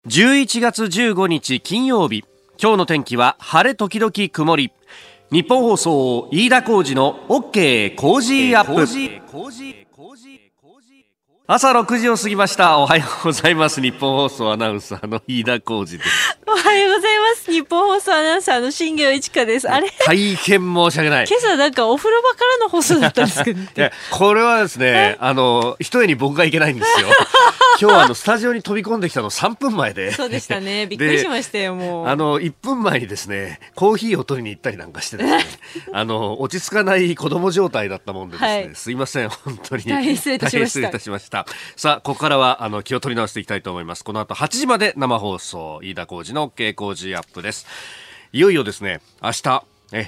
11月15日金曜日、今日の天気は晴れ時々曇り。日本放送飯田浩司の OK コージーアップ。朝6時を過ぎました。おはようございます。日本放送アナウンサーの飯田浩司です。 おはようございます。日本放送アナウンサーの新業一華です。あれ、 大変申し訳ない。 今朝なんかお風呂場からの放送だったんですけど、ね、 いやこれはですね、一重に僕がいけないんですよ。今日はスタジオに飛び込んできたの3分前で。 そうでしたね。びっくりしましたよ。もう 1分前にですね、コーヒーを取りに行ったりなんかしてですね落ち着かない子供状態だったもんでですね、はい、すいません、本当に大変失礼いたしました。 さあ、ここからは気を取り直していきたいと思います。この後8時まで生放送、飯田浩司の OK 工事アップです。いよいよですね、明日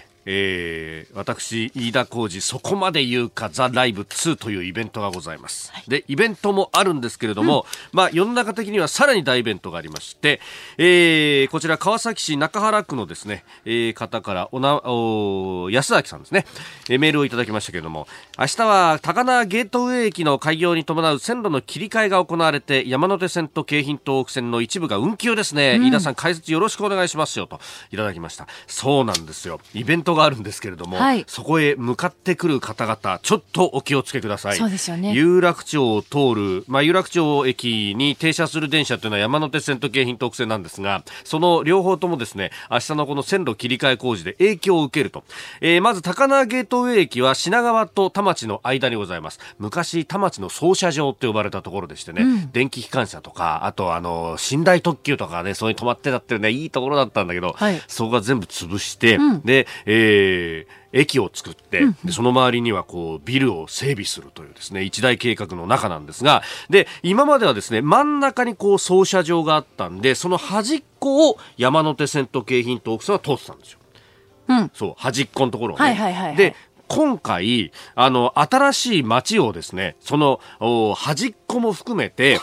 私飯田浩司そこまで言うかザ・ライブ2というイベントがございます、はい、でイベントもあるんですけれども、世の中的にはさらに大イベントがありまして、こちら川崎市中原区のですね、方から安明さんですね、メールをいただきましたけれども、明日は高輪ゲートウェイ駅の開業に伴う線路の切り替えが行われて、山手線と京浜東北線の一部が運休ですね、飯田さん解説よろしくお願いしますよといただきました。そうなんですよ、イベントがあるんですけれども、はい、そこへ向かってくる方々ちょっとお気をつけください。 そうですよね。 有楽町を通る、有楽町駅に停車する電車というのは山手線と京浜東北線なんですが、その両方ともですね、明日のこの線路切り替え工事で影響を受けると、まず高輪ゲートウェイ駅は品川と田町の間にございます。昔田町の操車場と呼ばれたところでしてね、電気機関車とか、あと寝台特急とかね、そういう止まってたっていうね、いいところだったんだけど、はい、そこが全部潰して、で、駅を作って、でその周りにはこうビルを整備するというですね、一大計画の中なんですが、で今まではですね、真ん中にこう操車場があったんで、その端っこを山手線と京浜東北線は通ってたんですよ。そう端っこのところをね、で今回新しい街をですね、その端っこも含めて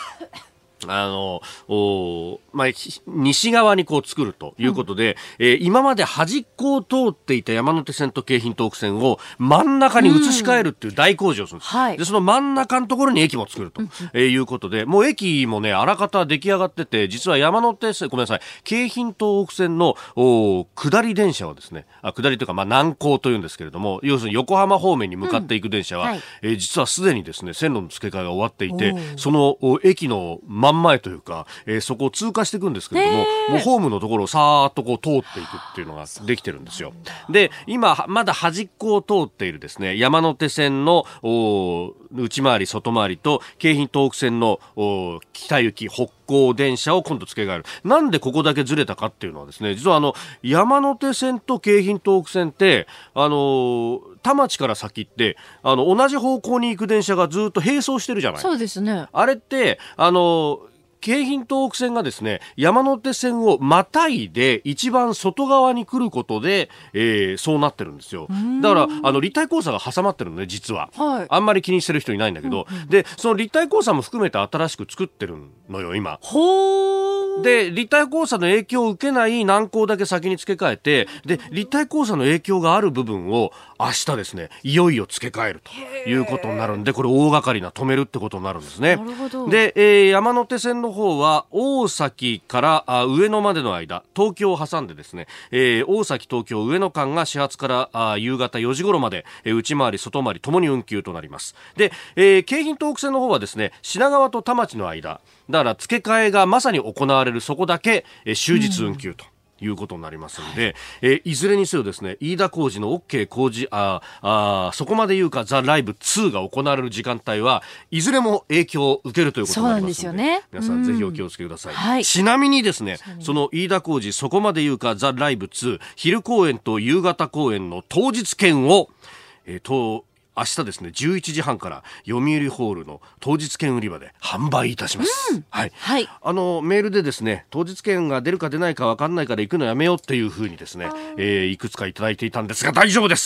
西側にこう作るということで、今まで端っこを通っていた山手線と京浜東北線を真ん中に移し替えるっていう大工事をするんです、でその真ん中のところに駅も作ると、いうことで、もう駅もね、あらかた出来上がってて、実は山手線、ごめんなさい、京浜東北線の下り電車はですね、下りというか南行というんですけれども、要するに横浜方面に向かっていく電車は、実はすでにですね、線路の付け替えが終わっていて、その駅の真ん前というか、そこを通過していくんですけれども、もうホームのところをさーっとこう通っていくっていうのができてるんですよ。で今まだ端っこを通っているですね、山手線の内回り外回りと京浜東北線の北行き北行電車を今度付け替える。なんでここだけずれたかっていうのはですね、実は山手線と京浜東北線って田町から先って同じ方向に行く電車がずっと並走してるじゃない。 そうですね。 あれって京浜東北線がですね、山手線をまたいで一番外側に来ることで、そうなってるんですよ。だから立体交差が挟まってるのね、実は、あんまり気にしてる人いないんだけど、でその立体交差も含めて新しく作ってるのよ今。で立体交差の影響を受けない南高だけ先に付け替えて、で立体交差の影響がある部分を明日ですね、いよいよ付け替えるということになるんで、これ大掛かりな止めるってことになるんですね。 なるほど。 で、山手線の方は大崎から上野までの間、東京を挟んでですね、大崎東京上野間が始発から夕方4時頃まで、内回り外回りともに運休となります。で、京浜東北線の方はですね、品川と田町の間だから付け替えがまさに行われるそこだけ、終日運休ということになりますので、いずれにせよですね、飯田浩司の OK 工事そこまで言うかザ・ライブ2が行われる時間帯はいずれも影響を受けるということになりますので、皆さんぜひお気をつけください、ちなみにですね、その飯田浩司そこまで言うかザ・ライブ2昼公演と夕方公演の当日券を明日ですね、11時半から読売ホールの当日券売り場で販売いたします、メールでですね、当日券が出るか出ないか分かんないから行くのやめようっていう風にですね、いくつかいただいていたんですが大丈夫です、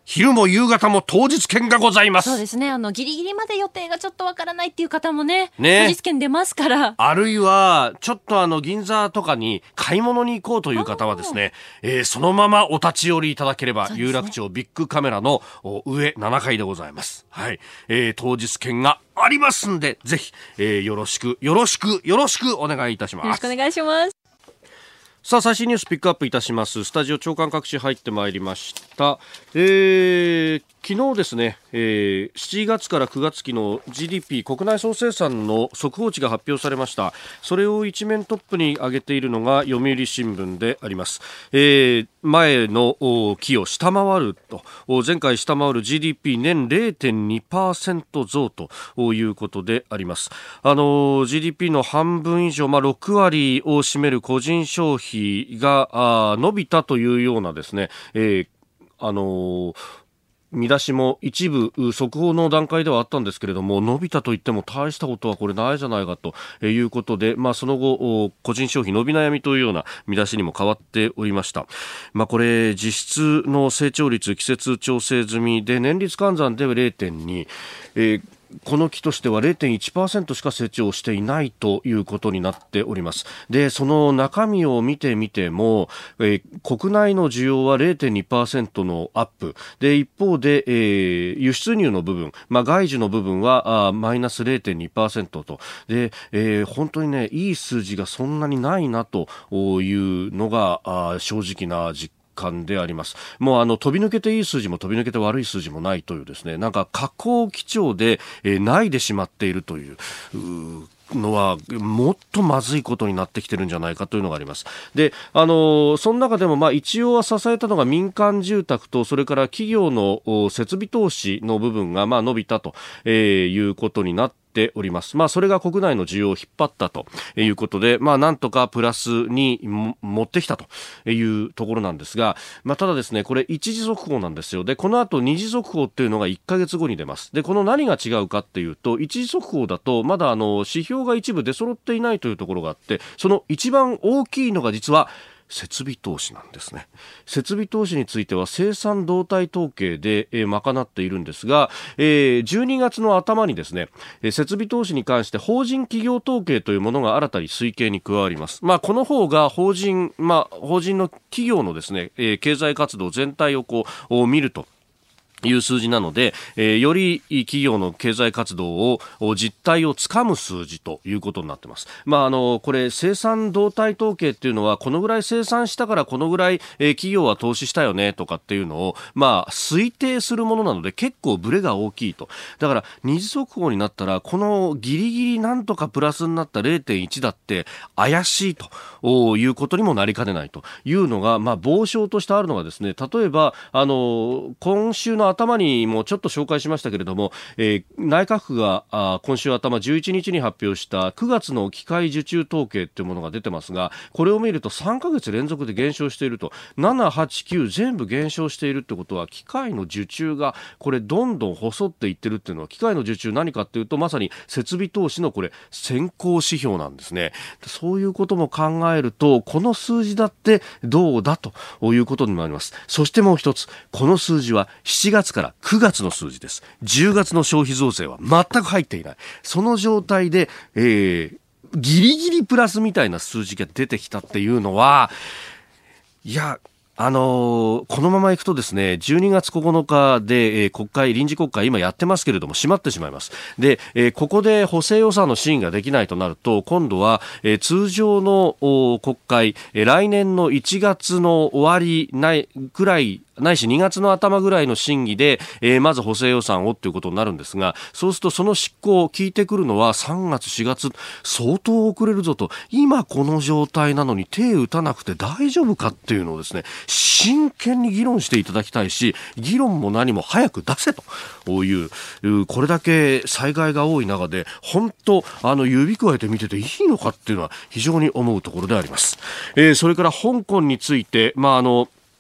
昼も夕方も当日券がございます。 そうですね。ギリギリまで予定がちょっとわからないっていう方もね、当日券出ますから。 あるいは、ちょっと銀座とかに買い物に行こうという方はですね、そのままお立ち寄りいただければ、有楽町ビッグカメラの上7階でございます。はい。当日券がありますんで、ぜひ、よろしくお願いいたします。 よろしくお願いします。 さあ、最新ニュースピックアップいたします。スタジオ長官各紙入ってまいりました。昨日ですね、7月から9月期の GDP 国内総生産の速報値が発表されました。それを一面トップに挙げているのが読売新聞であります。前の期を下回ると、前回下回る GDP 年 0.2% 増ということであります。GDP の半分以上、6割を占める個人消費が伸びたというようなですね、見出しも一部速報の段階ではあったんですけれども、伸びたといっても大したことはこれないじゃないかということで、その後個人消費伸び悩みというような見出しにも変わっておりました。これ実質の成長率季節調整済みで年率換算では 0.2、この期としては 0.1% しか成長していないということになっております。で、その中身を見てみても、国内の需要は 0.2% のアップで、一方で、輸出入の部分、外需の部分はマイナス 0.2% とで、本当にね、いい数字がそんなにないなというのが正直な実感であります。もう飛び抜けていい数字も飛び抜けて悪い数字もないというですね、なんか下降基調で、ないでしまっているというのはもっとまずいことになってきてるんじゃないかというのがあります。で、その中でも一応は支えたのが民間住宅と、それから企業の設備投資の部分が伸びたということになっております。それが国内の需要を引っ張ったということで、なんとかプラスに持ってきたというところなんですが、ただですね、これ一時速報なんですよ。で、この後二次速報っていうのが1ヶ月後に出ます。で、この何が違うかっていうと、一時速報だとまだ指標が一部出揃っていないというところがあって、その一番大きいのが実は設備投資なんですね。設備投資については生産動態統計で賄っているんですが、12月の頭にですね、設備投資に関して法人企業統計というものが新たに推計に加わります。この方が法人の企業のですね、経済活動全体を見るという数字なので、より企業の経済活動を実態をつかむ数字ということになっています。これ生産動態統計っていうのは、このぐらい生産したからこのぐらい企業は投資したよねとかっていうのを推定するものなので、結構ブレが大きいと。だから二次速報になったら、このギリギリなんとかプラスになった 0.1 だって怪しいということにもなりかねないというのが、傍証としてあるのがですね、例えば今週の頭にもちょっと紹介しましたけれども、内閣府が今週頭11日に発表した9月の機械受注統計というものが出てますが、これを見ると3ヶ月連続で減少していると、7、8、9全部減少しているってことは、機械の受注がこれどんどん細っていってるっていうのは、機械の受注何かっていうと、まさに設備投資のこれ先行指標なんですね。そういうことも考えると、この数字だってどうだということになります。そしてもう一つ、この数字は7月から9月の数字です。10月の消費増税は全く入っていない。その状態で、ギリギリプラスみたいな数字が出てきたっていうのは、いや、このままいくとですね、12月9日で、臨時国会今やってますけれども閉まってしまいます。で、ここで補正予算の審議ができないとなると、今度は、通常の国会、来年の1月の終わりくらいないし2月の頭ぐらいの審議で、まず補正予算をということになるんですが、そうするとその執行を聞いてくるのは3月4月相当遅れるぞと、今この状態なのに手打たなくて大丈夫かっていうのをですね、真剣に議論していただきたいし、議論も何も早く出せという、これだけ災害が多い中で本当指くわえて見てていいのかっていうのは非常に思うところであります。それから香港について、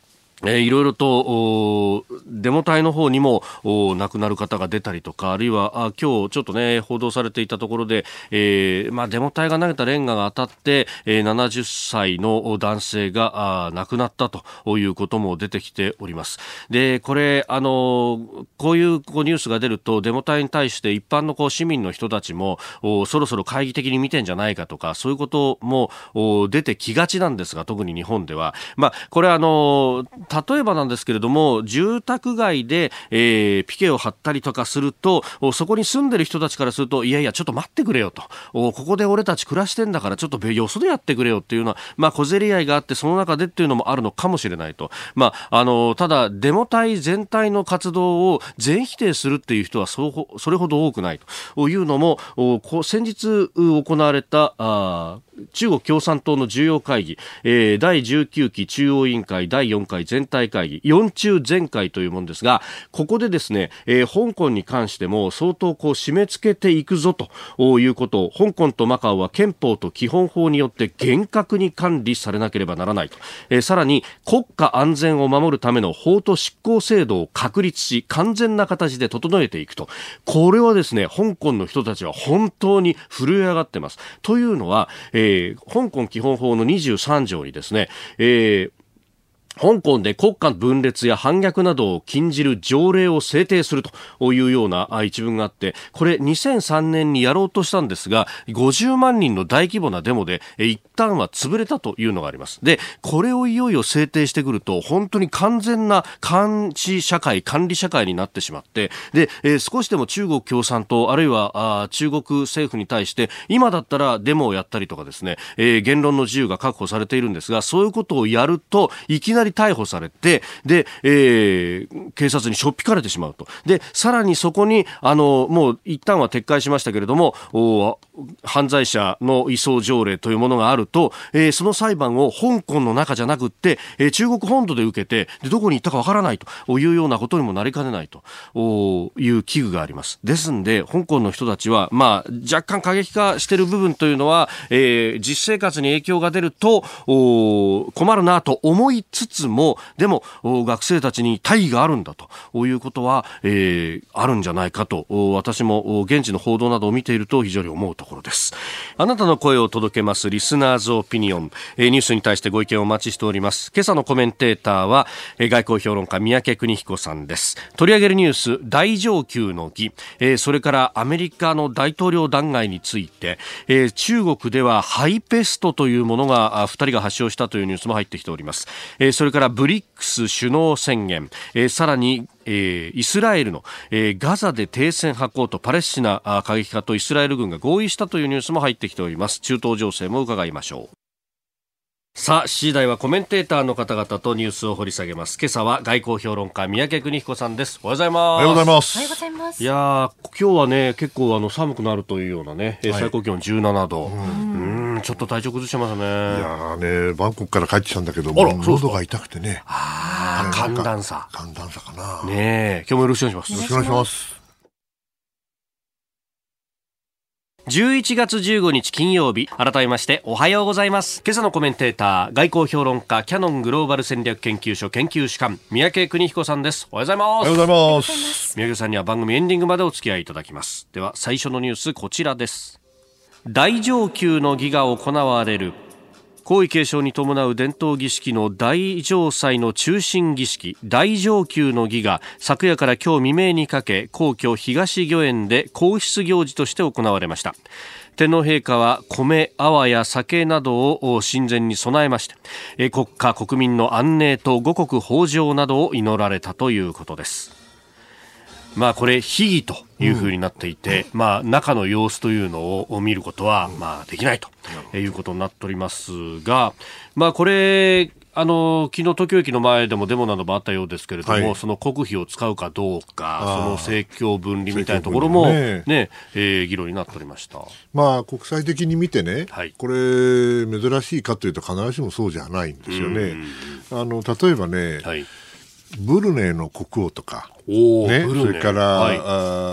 いろいろとデモ隊の方にも亡くなる方が出たりとか、あるいは今日ちょっとね報道されていたところで、デモ隊が投げたレンガが当たって、70歳の男性が亡くなったということも出てきております。でこれこういうニュースが出ると、デモ隊に対して一般の市民の人たちもそろそろ懐疑的に見てんじゃないかとか、そういうことも出てきがちなんですが、特に日本ではこれ例えばなんですけれども、住宅街で、ピケを張ったりとかすると、そこに住んでる人たちからすると、いやいやちょっと待ってくれよと、ここで俺たち暮らしてんだからちょっとよそでやってくれよっていうのは、小競り合いがあって、その中でっていうのもあるのかもしれないと。ただデモ隊全体の活動を全否定するっていう人はそれほど多くないというのも、先日行われた中国共産党の重要会議、第19期中央委員会第4回全体会議4中全会というものですが、ここでですね、香港に関しても相当締め付けていくぞということを、香港とマカオは憲法と基本法によって厳格に管理されなければならないと、さらに国家安全を守るための法と執行制度を確立し、完全な形で整えていくと。これはですね、香港の人たちは本当に震え上がってます。というのは、香港基本法の23条にですね、香港で国家分裂や反逆などを禁じる条例を制定するというような一文があって、これ2003年にやろうとしたんですが、50万人の大規模なデモで一旦は潰れたというのがあります。でこれをいよいよ制定してくると、本当に完全な管理社会になってしまって、で、少しでも中国共産党あるいは中国政府に対して、今だったらデモをやったりとかですね、言論の自由が確保されているんですが、そういうことをやるといきなり逮捕されて、で、警察にしょっぴかれてしまうと。でさらにそこにもう一旦は撤回しましたけれども、犯罪者の移送条例というものがあると、その裁判を香港の中じゃなくって、中国本土で受けて、でどこに行ったかわからないというようなことにもなりかねないという危惧があります。ですんで香港の人たちは、若干過激化している部分というのは、実生活に影響が出ると困るなと思いつつも、でも学生たちに大義があるんだということは、あるんじゃないかと、私も現地の報道などを見ていると非常に思うところです。あなたの声を届けますリスナーズオピニオン、ニュースに対してご意見をお待ちしております。今朝のコメンテーターは外交評論家三宅邦彦さんです。取り上げるニュース、大上級の儀、それからアメリカの大統領弾劾について、中国ではハイペストというものが2人が発症したというニュースも入ってきております。それからブリックス首脳宣言、さらにイスラエルの、ガザで停戦履行とパレスチナ過激派とイスラエル軍が合意したというニュースも入ってきております。中東情勢も伺いましょう。さあ、7時台はコメンテーターの方々とニュースを掘り下げます。今朝は外交評論家三宅邦彦さんです。おはようございます。 おはようございます。 おはようございます。 いや今日はね結構寒くなるというようなね、最高気温17度、ちょっと体調崩してますね。いやね、バンコクから帰ってきたんだけども、喉が痛くてね。 寒暖差かな。 ねえ、今日もよろしくお願いします。 よろしくお願いします。 11月15日金曜日、改めましておはようございます。今朝のコメンテーター、外交評論家、キヤノングローバル戦略研究所研究主幹、三宅邦彦さんです。おはようございます。 おはようございます。 三宅さんには番組エンディングまでお付き合いいただきます。では最初のニュース、こちらです。大上級の儀が行われる。皇位継承に伴う伝統儀式の大嘗祭の中心儀式、大上級の儀が昨夜から今日未明にかけ、皇居東御苑で皇室行事として行われました。天皇陛下は米、粟や酒などを神前に備えまして、国家国民の安寧と五穀豊穣などを祈られたということです。これ秘儀という風になっていて、中の様子というのを見ることはできないということになっておりますが、これ昨日東京駅の前でもデモなどもあったようですけれども、その国費を使うかどうか、その政教分離みたいなところも議論になっておりました。 国際的に見てね、これ珍しいかというと必ずしもそうじゃないんですよね。例えばね、 ブルネイの国王とか、ね、それから、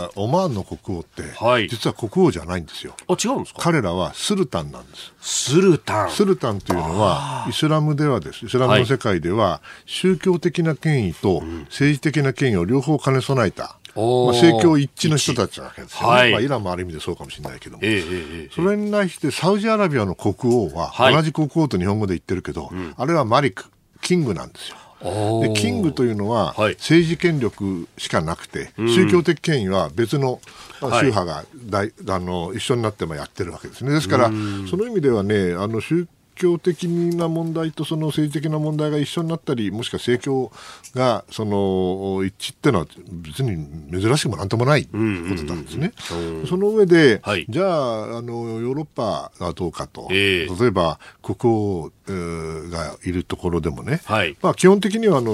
オマーンの国王って、実は国王じゃないんですよ。 違うんですか？ 彼らはスルタンなんです。 スルタンというのはイスラムの世界では宗教的な権威と政治的な権威を両方兼ね備えた、政教一致の人たちなわけですよね。イランもある意味でそうかもしれないけども、それに対してサウジアラビアの国王は、同じ国王と日本語で言ってるけど、あれはマリク、キングなんですよ。でキングというのは政治権力しかなくて、宗教的権威は別の宗派が一緒になってやってるわけですね。ですからその意味ではね、宗教的な問題とその政治的な問題が一緒になったり、もしくは政教がその一致っていうのは別に珍しくもなんともないことなんですね。その上で、じゃあ、ヨーロッパはどうかと、例えば国王がいるところでもね、基本的には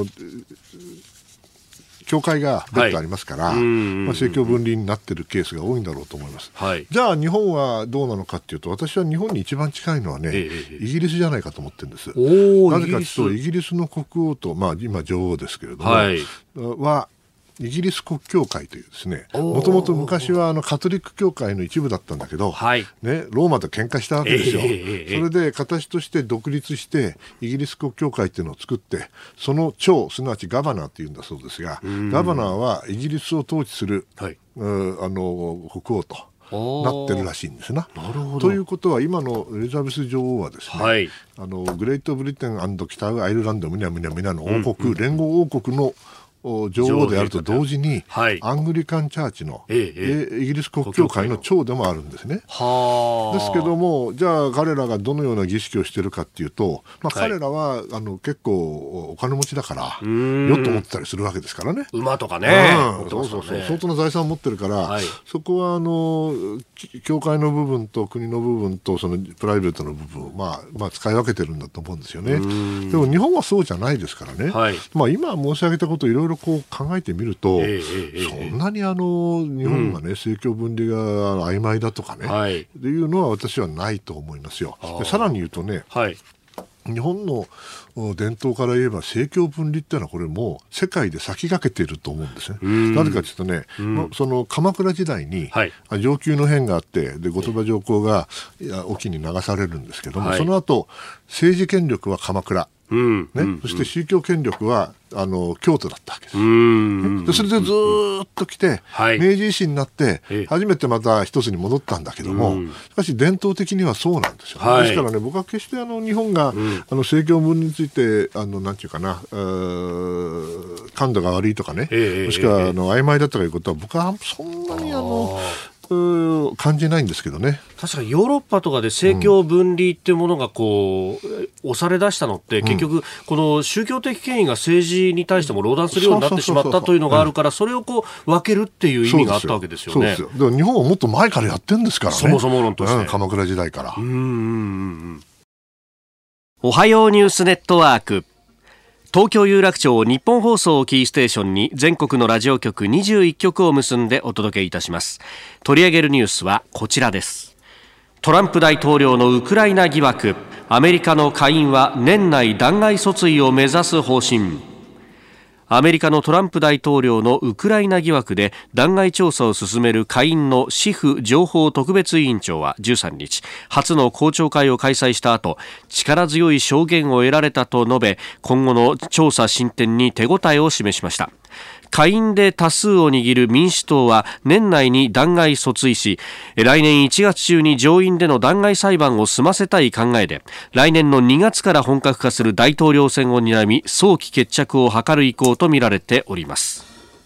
教会が別途ありますから、政教分離になっているケースが多いんだろうと思います。じゃあ日本はどうなのかというと、私は日本に一番近いのはね、イギリスじゃないかと思ってるんです。なぜかというと、イギリスの国王と、今女王ですけれども、はイギリス国教会というですね、もともと昔はカトリック教会の一部だったんだけど、ね、ローマと喧嘩したわけですよ。それで形として独立してイギリス国教会っていうのを作って、その長、すなわちガバナーっていうんだそうですが、ガバナーはイギリスを統治する、国王となってるらしいんですな。ということは、今のエリザベス女王はですね、グレートブリテン&北アイルランドみなの王国、連合王国の女王であると同時に、アングリカンチャーチの、イギリス国教会の長でもあるんですね。ですけども、じゃあ彼らがどのような儀式をしているかっていうと、彼らは結構お金持ちだからヨット持ってたりするわけですからね。 馬とかね、 相当な財産を持ってるから、そこは教会の部分と国の部分とそのプライベートの部分を、使い分けてるんだと思うんですよね。でも日本はそうじゃないですからね。今申し上げたことをいろいろ考えてみると、そんなに日本がね、政教分離が曖昧だとかね、っていうのは私はないと思いますよ。さらに言うとね、日本の伝統から言えば政教分離っていうのはこれもう世界で先駆けていると思うんですね。なぜかというとね、その鎌倉時代に承久の変があって、で後鳥羽上皇が沖に流されるんですけども、その後政治権力は鎌倉、そして宗教権力は京都だったわけです。でそれでずーっと来て、明治維新になって初めてまた一つに戻ったんだけども、しかし伝統的にはそうなんですよ。ですからね、僕は決して日本が政教分離についてなんていうかな、感度が悪いとかね、もしくは曖昧だとかいうことは僕はそんなに感じないんですけどね。 確かにヨーロッパとかで政教分離っていうものが押され出したのって、結局この宗教的権威が政治に対しても壟断するようになってしまったというのがあるから、それを分けるっていう意味があったわけですよね。 そうですよ。でも日本はもっと前からやってるんですからね。 そもそも論として、 鎌倉時代から。 おはようニュースネットワーク、東京有楽町日本放送をキーステーションに全国のラジオ局21局を結んでお届けいたします。取り上げるニュースはこちらです。トランプ大統領のウクライナ疑惑、アメリカの下院は年内弾劾訴追を目指す方針。アメリカのトランプ大統領のウクライナ疑惑で弾劾調査を進める下院の司法情報特別委員長は13日、初の公聴会を開催した後、力強い証言を得られたと述べ、今後の調査進展に手応えを示しました。下院で多数を握る民主党は年内に弾劾訴追し、来年1月中に上院での弾劾裁判を済ませたい考えで、来年の2月から本格化する大統領選を睨み、早期決着を図る意向とみられております。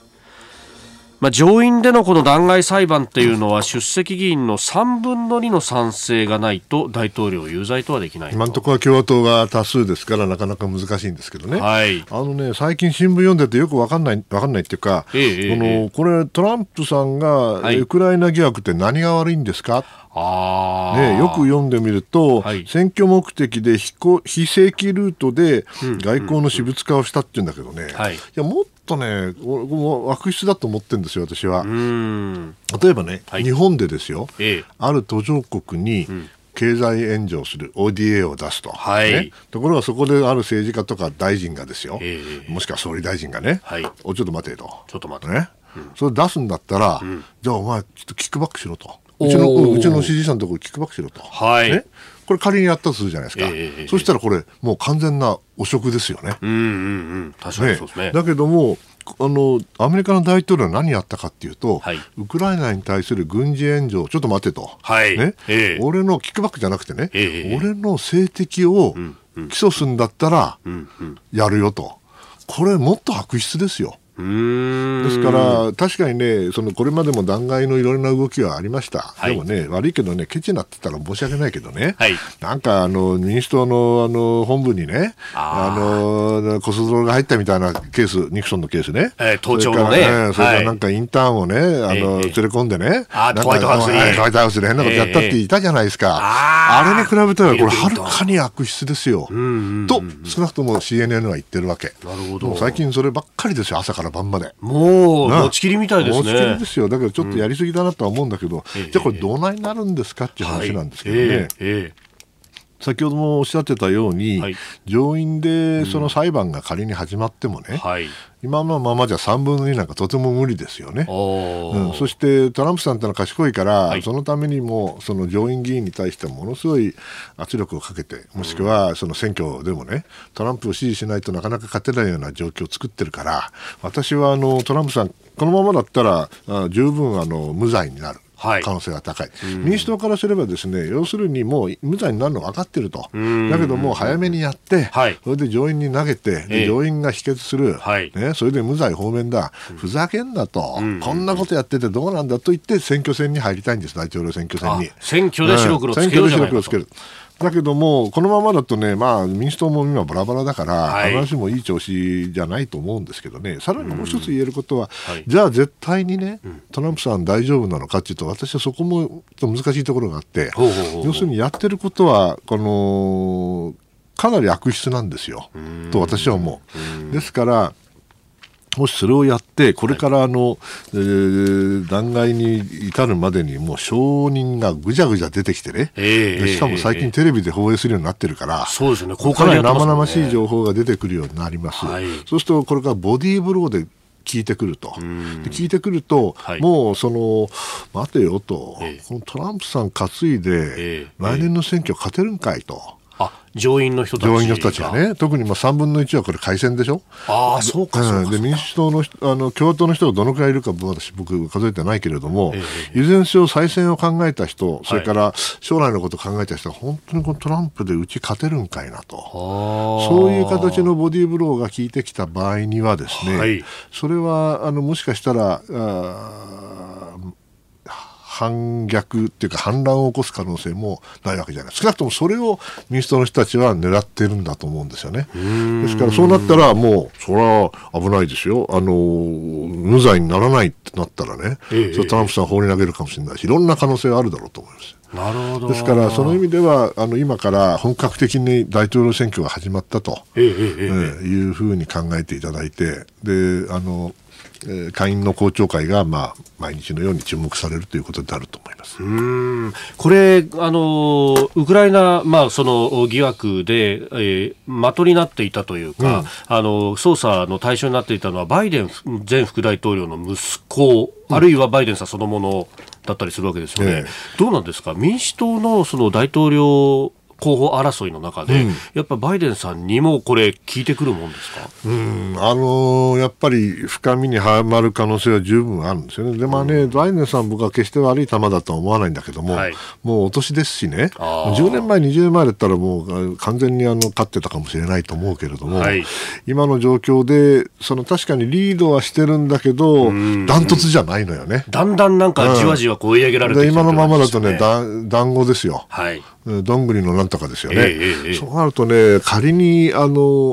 上院でのこの弾劾裁判というのは、出席議員の3分の2の賛成がないと大統領有罪とはできない。 今のところは共和党が多数ですからなかなか難しいんですけどね。最近新聞読んでてよく分かんないっていうか、これトランプさんがウクライナ疑惑って何が悪いんですか、よく読んでみると、選挙目的で非正規ルートで外交の私物化をしたっていうんだけどね、いやもっとね、悪質だと思ってるんですよ、私は。例えばね、日本でですよ、ある途上国に経済援助をする ODA を出すと、ところがそこである政治家とか大臣がですよ、もしくは総理大臣がね、ちょっと待てと、それ出すんだったら、じゃあお前ちょっとキックバックしろと、うちの支持者のところにキックバックしろと、これ仮にやったとするじゃないですか、そしたらこれもう完全な汚職ですよね。 確かにそうですね。 だけどもアメリカの大統領は何やったかっていうと、ウクライナに対する軍事援助をちょっと待てと、俺のキックバックじゃなくてね、俺の政敵を起訴するんだったらやるよと、これもっと悪質ですよ。ですから確かにね、これまでも弾劾のいろいろな動きはありました、でもね、悪いけどね、ケチなって言ったら申し訳ないけどね、なんか民主党の本部にね、コソ泥が入ったみたいなケース、ニクソンのケースね、 盗聴のね、 それからなんかインターンをね、連れ込んでね、 ホワイトハウスで変なことやったっていたじゃないですか、あれに比べたらこれはるかに悪質ですよと、少なくとも CNN は言ってるわけ。もう最近そればっかりですよ、朝から晩まで。 もう持ちきりみたいですね。 持ちきりですよ。だからちょっとやりすぎだなとは思うんだけど、じゃあこれどうなになるんですかっていう話なんですけどね、先ほどもおっしゃってたように、上院でその裁判が仮に始まってもね、今のままじゃ3分の2なんかとても無理ですよね。そしてトランプさんってのは賢いから、そのためにもその上院議員に対してものすごい圧力をかけて、もしくはその選挙でもね、トランプを支持しないとなかなか勝てないような状況を作ってるから、私はトランプさんこのままだったら十分無罪になる可能性が高い、民主党からすればですね、要するにもう無罪になるの分かってると、だけどもう早めにやって、それで上院に投げて、で上院が否決する、それで無罪放免だ、ふざけんなと、こんなことやっててどうなんだと言って選挙戦に入りたいんです、大統領選挙戦に。 選挙で白黒つけようじゃないかと。 だけどもこのままだとね、民主党も今バラバラだから、必ずしもいい調子じゃないと思うんですけどね、さらにもう一つ言えることは、じゃあ絶対にね、トランプさん大丈夫なのかっていうと、私はそこも難しいところがあって、要するにやってることはかなり悪質なんですよと私は思う。ですからもしそれをやってこれから弾劾に至るまでにもう証人がぐちゃぐちゃ出てきてね、しかも最近テレビで放映するようになってるから、 そうですね、 かなり生々しい情報が出てくるようになります、そうするとこれからボディーブローで効いてくると、聞いてくると、もう待てよと、このトランプさん担いで、来年の選挙勝てるんかいと。 上院の人たちがね、特に3分の1はこれ改選でしょ。 そうか、 で民主党の共和党の人がどのくらいいるか僕数えてないけれども、いずれにせよ再選を考えた人、それから将来のことを考えた人は本当にこのトランプでうち勝てるんかいなと、そういう形のボディーブローが効いてきた場合にはですね、それはもしかしたら反逆っていうか反乱を起こす可能性もないわけじゃない。少なくともそれを民主党の人たちは狙ってるんだと思うんですよね。ですからそうなったらもうそれは危ないですよ。無罪にならないってなったらね、それトランプさん放り投げるかもしれないし、いろんな可能性があるだろうと思います。 なるほど。 ですからその意味では今から本格的に大統領選挙が始まったというふうに考えていただいて、で下院の公聴会が毎日のように注目されるということになると思います。 これウクライナ、その疑惑で、的になっていたというか、捜査の対象になっていたのはバイデン前副大統領の息子、あるいはバイデンさんそのものだったりするわけですよね。どうなんですか、民主党のその大統領候補争いの中で、やっぱバイデンさんにもこれ聞いてくるもんですか。 やっぱり深みにはまる可能性は十分あるんですよね。でバイデンさん僕は決して悪い球だとは思わないんだけども、もうお年ですしね、10年前20年前だったらもう完全に勝ってたかもしれないと思うけれども、今の状況で確かにリードはしてるんだけどダントツじゃないのよね。 だんだんなんかじわじわ追い上げられてきてる、 今のままだとね団子ですよ。どんぐりのなんとかですよね。そうなるとね、仮に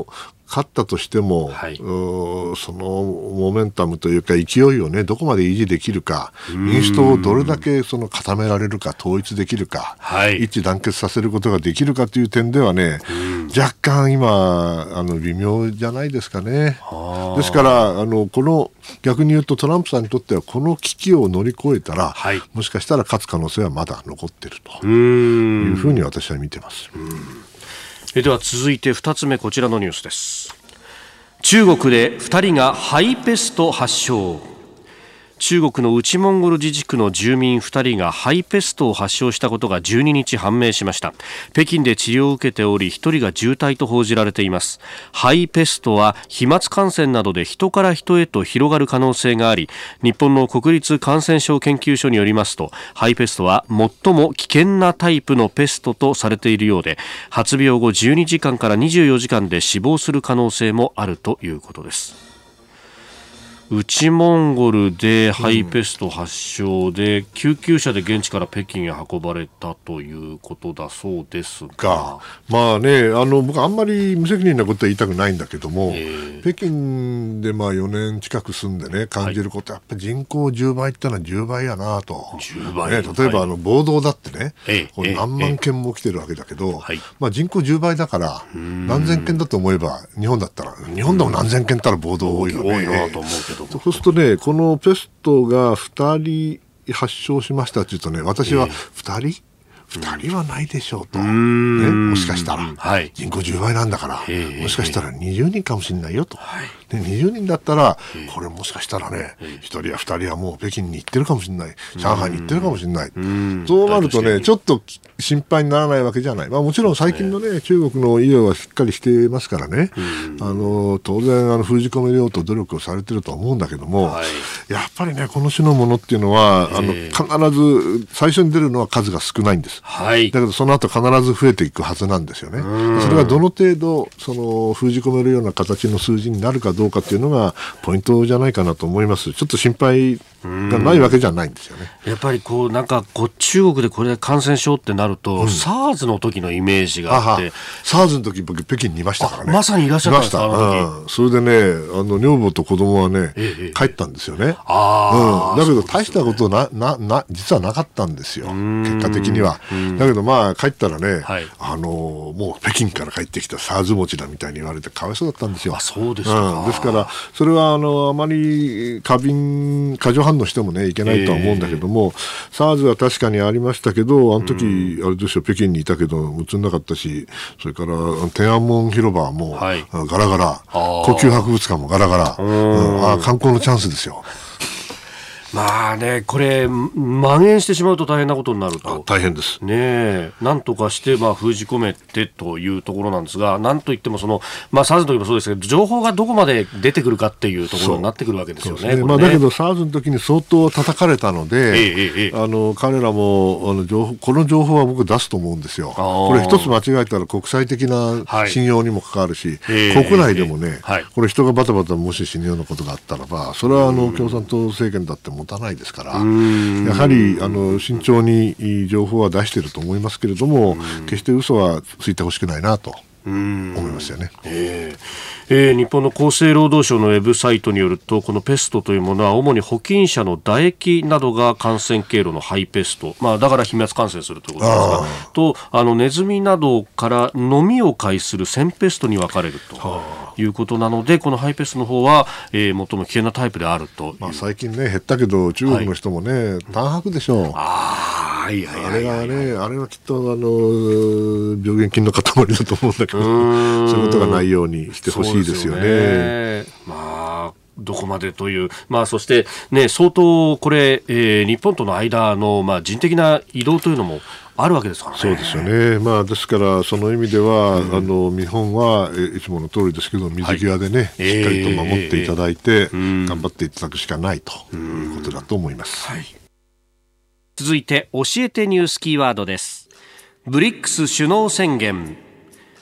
勝ったとしても、はい、そのモメンタムというか勢いをねどこまで維持できるか、民主党をどれだけその固められるか、統一できるか、はい、一致団結させることができるかという点ではね、若干今微妙じゃないですかね。ですからこの逆に言うとトランプさんにとってはこの危機を乗り越えたら、はい、もしかしたら勝つ可能性はまだ残っているというふうに私は見ています。 では続いて2つ目、こちらのニュースです。中国で2人がハイペスト発症。中国の内モンゴル自治区の住民2人がハイペストを発症したことが12日判明しました。北京で治療を受けており、1人が重体と報じられています。ハイペストは飛沫感染などで人から人へと広がる可能性があり、日本の国立感染症研究所によりますと、ハイペストは最も危険なタイプのペストとされているようで、発病後12時間から24時間で死亡する可能性もあるということです。内モンゴルでハイペスト発症で、救急車で現地から北京へ運ばれたということだそうですが、 まあね、僕あんまり無責任なことは言いたくないんだけども、北京でまあ4年近く住んでね感じることは、やっぱり人口10倍ってのは10倍やなと。10倍、ね、例えば暴動だってね、これ何万件も起きてるわけだけど、まあ、人口10倍だから何千件だと思えば、日本だったら日本でも何千件ったら暴動多いよね。 多いなと思うけど、 そうするとね、このペストが2人発症しましたというとね、私は2人はないでしょうと、ね、もしかしたら、はい、人口10倍なんだから、もしかしたら20人かもしれないよと、で20人だったらこれもしかしたらね、1人や2人はもう北京に行ってるかもしれない、上海に行ってるかもしれない、そうなるとねちょっと心配にならないわけじゃない。まあ、もちろん最近のね中国の医療はしっかりしていますからね、当然封じ込めようと努力をされてると思うんだけども、やっぱりねこの種のものっていうのは必ず最初に出るのは数が少ないんです。だけどその後必ず増えていくはずなんですよね。それがどの程度その封じ込めるような形の数字になるかどうかっていうのがポイントじゃないかなと思います。ちょっと心配がないわけじゃないんですよね。 やっぱりなんか中国でこれで感染症ってなると、SARS の時のイメージがあって、 SARS の時僕北京にいましたからね。 まさにいらっしゃったんですか。 それでね女房と子供はね、帰ったんですよね。だけど大したこと実はなかったんですよ、結果的には。だけどまあ帰ったらね、もう北京から帰ってきた SARS 持ちだみたいに言われてかわいそうだったんですよ。 そうですか。 ですからそれはあまり過剰反応してもねいけないとは思うんだけども、SARS は確かにありましたけど、あの時あれですよ、北京にいたけど映んなかったし、それから天安門広場もガラガラ、故宮博物館もガラガラ、観光のチャンスですよ。 まあね、これ蔓延してしまうと大変なことになると。 大変ですね。なんとかして封じ込めてというところなんですが、なんといってもSARS の時もそうですけど、情報がどこまで出てくるかっていうところになってくるわけですよね。 だけど SARS の時に相当叩かれたので、彼らもこの情報は僕出すと思うんですよ。これ一つ間違えたら国際的な信用にも関わるし、国内でもね、これ人がバタバタもし死ぬようなことがあったらば、それは共産党政権だって持たないですから、やはり慎重に情報は出していると思いますけれども、決して嘘はついてほしくないなと思いますよね。 日本の厚生労働省のウェブサイトによると、このペストというものは主に保菌者の唾液などが感染経路のハイペスト、だから飛沫感染するということですが、とネズミなどから飲みを介する腺ペストに分かれるということなので、このハイペストの方は、最も危険なタイプであるという。 最近ね減ったけど中国の人もね、淡白でしょう。あれはきっと病原菌の塊だと思うんだけど、そういうことがないようにしてほしいですよね。 どこまでという、そして、相当これ、日本との間の、人的な移動というのもあるわけですからね。 そうですよね。ですからその意味では、日本はいつもの通りですけど水際でね、しっかりと守っていただいて、頑張っていただくしかないということだと思います。 続いて教えてニュースキーワードです。ブリックス首脳宣言。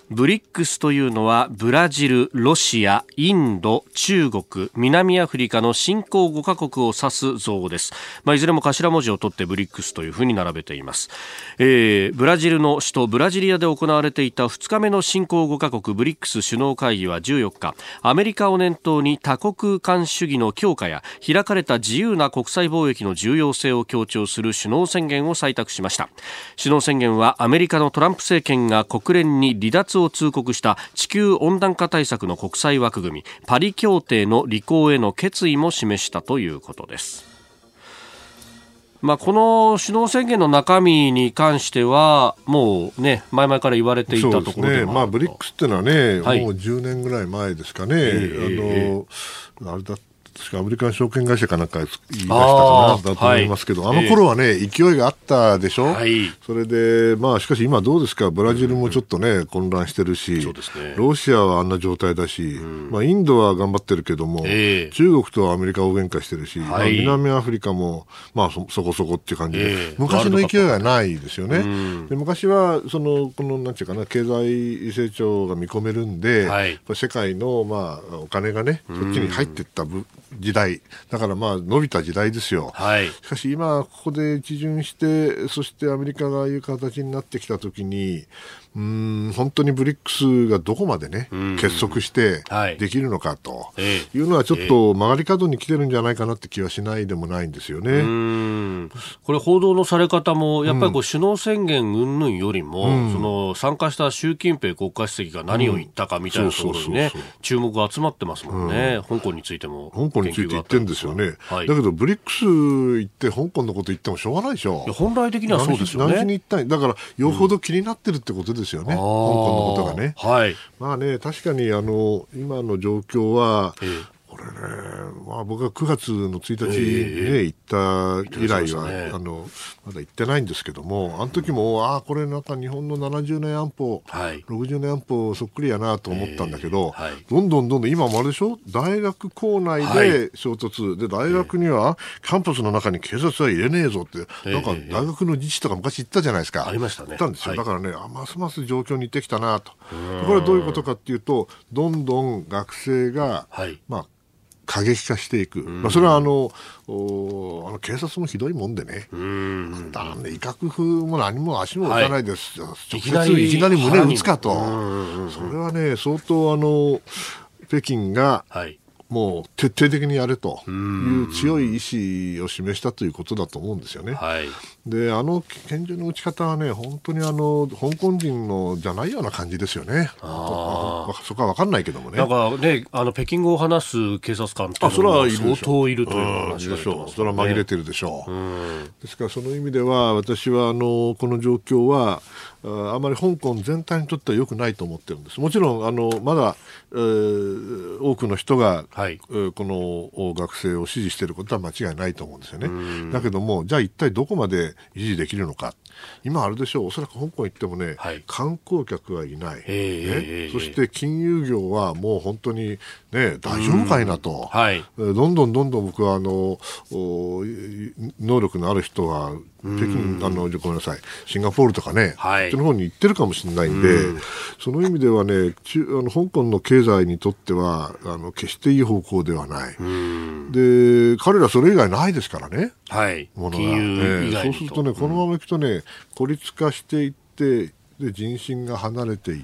ブリックスというのはブラジル、ロシア、インド、中国、南アフリカの新興5カ国を指す造語です。いずれも頭文字を取ってブリックスというふうに並べています。ブラジルの首都ブラジリアで行われていた2日目の新興5カ国ブリックス首脳会議は14日、アメリカを念頭に多国間主義の強化や開かれた自由な国際貿易の重要性を強調する首脳宣言を採択しました。首脳宣言はアメリカのトランプ政権が国連に離脱を通告した地球温暖化対策の国際枠組みパリ協定の履行への決意も示したということです。この首脳宣言の中身に関してはもうね前々から言われていたところでもあると。 ブリックスっていうのはね、もう10年ぐらい前ですかね、あれだ確かアメリカン証券会社かなんか言い出したかなだと思いますけど、あの頃はね、勢いがあったでしょ、それで、しかし今どうですか、ブラジルもちょっとね、混乱してるし、 そうですね、 ロシアはあんな状態だし、インドは頑張ってるけども、中国とアメリカ大喧嘩してるし、南アフリカも、そこそこっていう感じで、昔の勢いがないですよね。で昔はこのなんていうかな、経済成長が見込めるんで、世界の、お金がね、そっちに入っていった時代だから伸びた時代ですよ、しかし今ここで一巡してそしてアメリカがああいう形になってきたときに本当にブリックスがどこまでね結束してできるのかというのはちょっと曲がり角に来てるんじゃないかなって気はしないでもないんですよね。 これ報道のされ方もやっぱり首脳宣言云々よりも、その参加した習近平国家主席が何を言ったかみたいなところにね注目が集まってますもんね、香港についても香港について言ってるんですよね、だけどブリックス行って香港のこと言ってもしょうがないでしょ。 本来的にはそうですよね。 何しに行ったんだからよほど気になってるってことですよね、香港のことがね。確かに今の状況は、これね、僕は9月の1日に、行った以来は、まだ行ってないんですけども、あの時もこれなんか日本の70年安保、60年安保そっくりやなと思ったんだけど、どんどん今もあれでしょ、大学構内で衝突、で大学にはキャンパスの中に警察は入れねえぞって、なんか大学の自治とか昔言ったじゃないですか。 ありましたね。 言ったんですよ。だからね、ますます状況に行ってきたなと。これはどういうことかっていうと、どんどん学生が、過激化していく、それは警察もひどいもんでね、威嚇も何も足も打たないです、直接いきなり胸打つかと、それはね、相当北京が、もう徹底的にやれという強い意志を示したということだと思うんですよね。で拳銃の撃ち方はね、本当に香港人のじゃないような感じですよね。そこは分かんないけどもね。 なんかね、北京語を話す警察官っていうのは相当いるという話が出てますね。 それは紛れてるでしょう。ですからその意味では私はこの状況はあまり香港全体にとっては良くないと思ってるんです。もちろんまだ、多くの人が、この学生を支持していることは間違いないと思うんですよね。だけどもじゃあ一体どこまで維持できるのか。今あれでしょう、おそらく香港行ってもね、観光客はいない、そして金融業はもう本当に、ね、大丈夫かいなと、どんどん僕は能力のある人は北京ごめんなさい、シンガポールとかね、こっちの方に行ってるかもしれないんで、その意味ではね、香港の経済にとっては決していい方向ではない。で彼らそれ以外ないですからね、ものが、 金融以外そうするとね、このままいくとね、孤立化していってで人心が離れていって、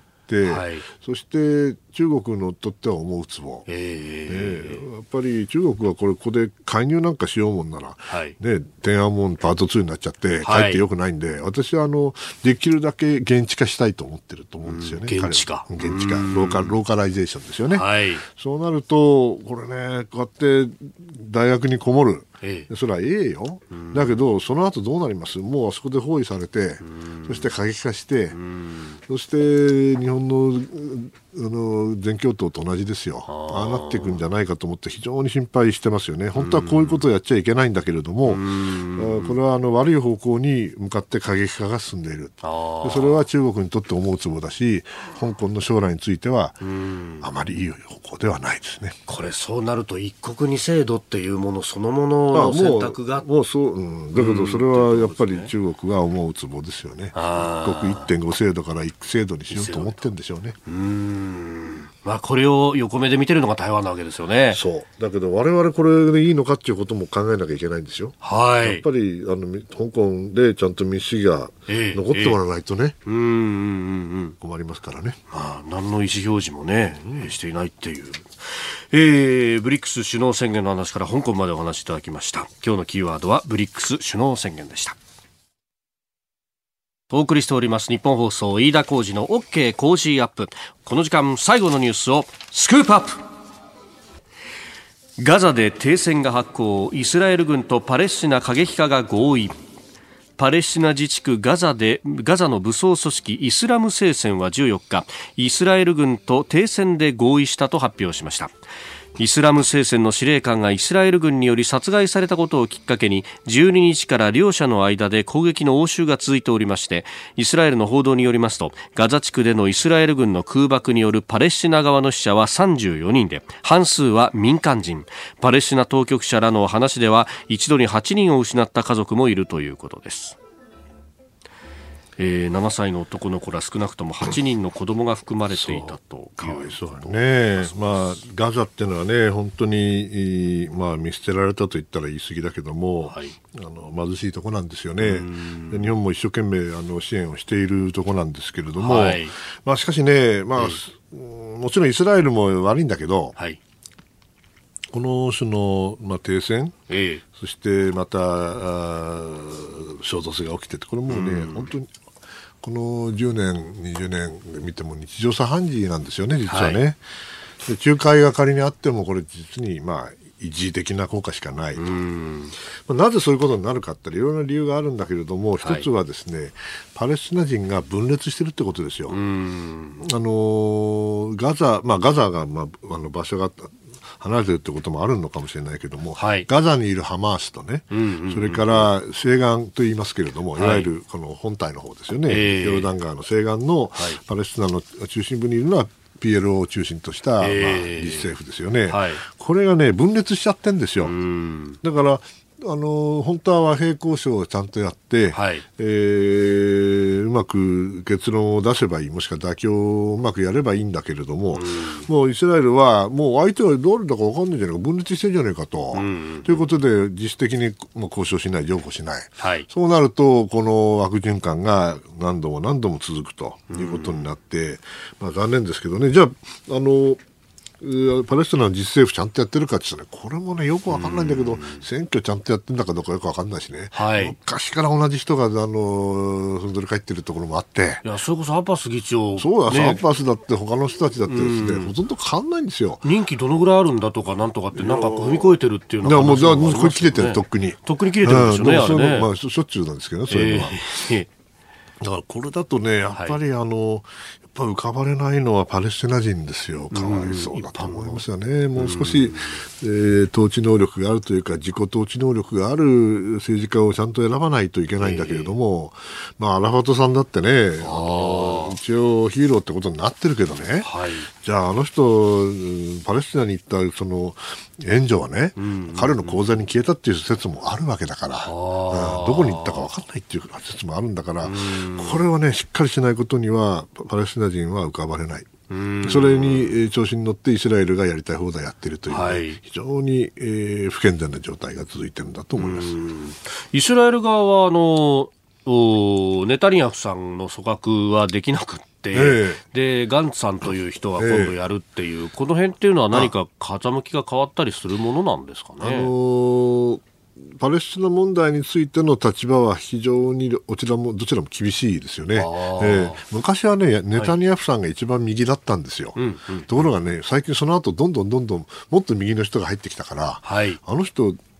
そして中国のとっては思うつぼ、やっぱり中国はここで介入なんかしようもんなら、天安門パート2になっちゃってかえってよくないんで、私はできるだけ現地化したいと思ってると思うんですよね。 現地化ローカライゼーションですよね。そうなるとこれね、こうやって大学にこもる、それはよ、だけどその後どうなります。もうあそこで包囲されて、そして過激化して、そして日本の全共闘と同じですよ。ああなっていくんじゃないかと思って非常に心配してますよね。本当はこういうことをやっちゃいけないんだけれども、これは悪い方向に向かって過激化が進んでいる。それは中国にとって思うつぼだし、香港の将来についてはあまりいい方向ではないですね。 これそうなると一国二制度っていうものそのものの選択がもうそう、だけどそれはやっぱり中国が思うつぼですよね。一国 1.5 制度から1制度にしようと思ってるんでしょうね。 これを横目で見てるのが台湾なわけですよね。 そうだけど我々これでいいのかっていうことも考えなきゃいけないんですよ。 はい、 やっぱり香港でちゃんと民主主義が残ってもらわないとね、困りますからね。 何の意思表示もね、していないっていう。ブリックス首脳宣言の話から香港までお話しいただきました。今日のキーワードはブリックス首脳宣言でした。お送りしております日本放送飯田浩司の OK 工事アップ。この時間最後のニュースをスクープアップ。ガザで停戦が発効。イスラエル軍とパレスチナ過激化が合意。パレスチナ自治区ガザの武装組織イスラム聖戦は14日イスラエル軍と停戦で合意したと発表しました。イスラム聖戦の司令官がイスラエル軍により殺害されたことをきっかけに12日から両者の間で攻撃の応酬が続いておりまして、イスラエルの報道によりますとガザ地区でのイスラエル軍の空爆によるパレスチナ側の死者は34人で半数は民間人。パレスチナ当局者らの話では一度に8人を失った家族もいるということです。7歳の男の子ら少なくとも8人の子供が含まれていたと。 かわいそうだね。ガザっていうのはね本当に、見捨てられたと言ったら言い過ぎだけども、貧しいとこなんですよね。で日本も一生懸命支援をしているとこなんですけれども、しかしね、もちろんイスラエルも悪いんだけど、この種の、停戦、そしてまた衝突が起きてて、これもうね本当にこの10年20年で見ても日常茶飯事なんですよね、実はね。で仲介が仮にあってもこれ実に一時的な効果しかないと。なぜそういうことになるかっていろいろな理由があるんだけれども、一つはですね、パレスチナ人が分裂してるってことですよ。ガザが、場所が離れてるってこともあるのかもしれないけども、ガザにいるハマースとね、それから西岸と言いますけれども、いわゆるこの本体の方ですよね、ヨルダン川の西岸のパレスチナの中心部にいるのはPLO を中心とした、自治政府ですよね。これがね分裂しちゃってるんですよ。だから本当は和平交渉をちゃんとやって、うまく結論を出せばいい、もしくは妥協をうまくやればいいんだけれども、もうイスラエルはもう相手はどれだか分かんないじゃないか、分裂してるじゃないかと、ということで自主的にもう交渉しない、譲歩しない、そうなるとこの悪循環が何度も何度も続くということになって、残念ですけどね。じゃあパレスチナの自治政府ちゃんとやってるかって言ったら、これもねよくわかんないんだけど、選挙ちゃんとやってるんだかどうかよくわかんないしね、昔から同じ人がふんぞり返ってるところもあって、 それこそアッバス議長、 そうだ、アッバスだって他の人たちだってですね、ほとんど変わんないんですよ。 任期どのぐらいあるんだとかなんとかってなんか踏み越えてるっていうのが、 もうこれ切れてる、とっくに切れてるんですよね。あれね、 しょっちゅうなんですけどね、そういうのは。だからこれだとね、やっぱり浮かばれないのはパレスチナ人ですよ。かわいそうだと思いますよね。もう少し、統治能力があるというか自己統治能力がある政治家をちゃんと選ばないといけないんだけれども、アラファトさんだってね、一応ヒーローってことになってるけどね、じゃあ人パレスチナに行ったその援助はね、彼の口座に消えたっていう説もあるわけだから、どこに行ったか分かんないっていう説もあるんだから、これはねしっかりしないことにはパレスチナ人は浮かばれない。それに調子に乗ってイスラエルがやりたい放題やっているという、非常に、不健全な状態が続いているんだと思います。 イスラエル側はネタニヤフさんの組閣はできなくて、でガンツさんという人が今度やるっていう、この辺っていうのは何か風向きが変わったりするものなんですかね。 パレスチナ問題についての立場は非常にどちらも厳しいですよね。昔はねネタニヤフさんが一番右だったんですよ。ところがね最近その後どんどんもっと右の人が入ってきたから、あの人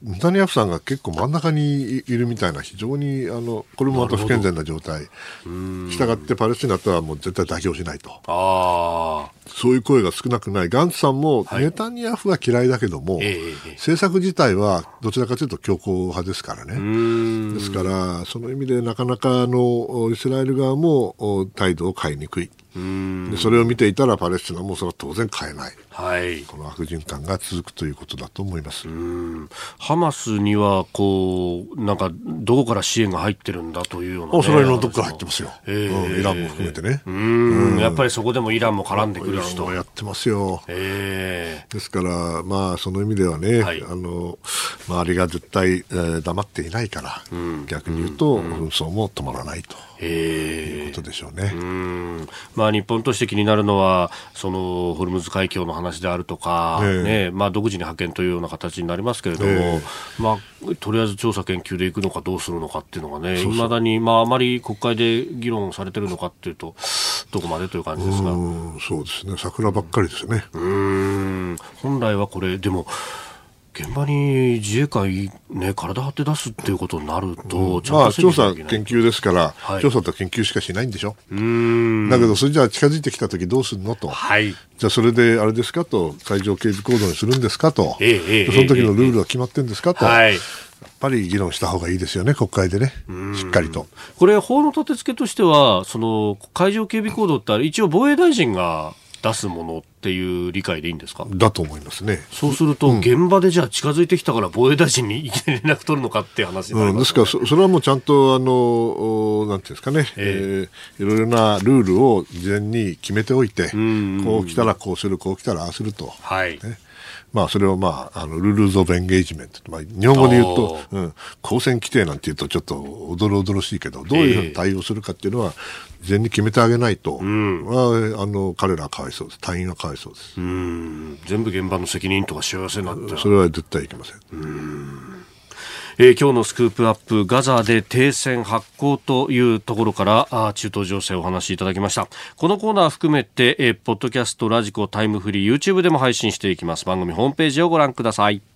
ネタニヤフさんが結構真ん中にいるみたいな、非常にこれもまた不健全な状態。したがってパレスチナとはもう絶対妥協しないと。そういう声が少なくない。ガンツさんもネタニヤフは嫌いだけども、政策自体はどちらかというと強硬派ですからね。ですからその意味でなかなかイスラエル側も態度を変えにくい。でそれを見ていたらパレスチナもそれは当然変えない、この悪循環が続くということだと思います。 ハマスにはなんかどこから支援が入ってるんだというような、 それのどこから入ってますよ、イランも含めてね。 やっぱりそこでもイランも絡んでくるしと。 イランもやってますよ。ですからその意味ではね、周りが絶対、黙っていないから、逆に言うと紛争も止まらないということでしょうね。 日本として気になるのはそのホルムズ海峡の話であるとか、独自に派遣というような形になりますけれども、とりあえず調査研究でいくのかどうするのかっていうのがね、未だにあまり国会で議論されてるのかっていうとどこまでという感じですが、 そうですね、桜ばっかりですね。 本来はこれでも現場に自衛官、体張って出すっていうことになると、 調査研究ですから、調査と研究しかしないんでしょ。だけどそれじゃあ近づいてきたときどうするのと、じゃあそれであれですかと、海上警備行動にするんですかと、その時のルールは決まってるんですかと、やっぱり議論した方がいいですよね、国会でね、しっかりと。 これ法の立て付けとしては、その海上警備行動って一応防衛大臣が出すものっていう理解でいいんですか？ だと思いますね。 そうすると、現場でじゃあ近づいてきたから防衛大臣にいきなり連絡取るのかっていう話になりますよね。 ですからそれはもうちゃんとなんていうんですかね、いろいろなルールを事前に決めておいて、こう来たらこうする、こう来たらああすると、それをルールズ・オブ・エンゲージメント、日本語で言うと、公選規定なんて言うとちょっとおどろおどろしいけど、どういうふうに対応するかっていうのは事前に決めてあげないと、彼らはかわいそうです。隊員はかわいそうです。 全部現場の責任とか幸せになって、 それは絶対いけません。 今日のスクープアップ、ガザで停戦発効というところから中東情勢をお話しいただきました。このコーナー含めてポッドキャスト、ラジコ、タイムフリー、YouTube でも配信していきます。番組ホームページをご覧ください。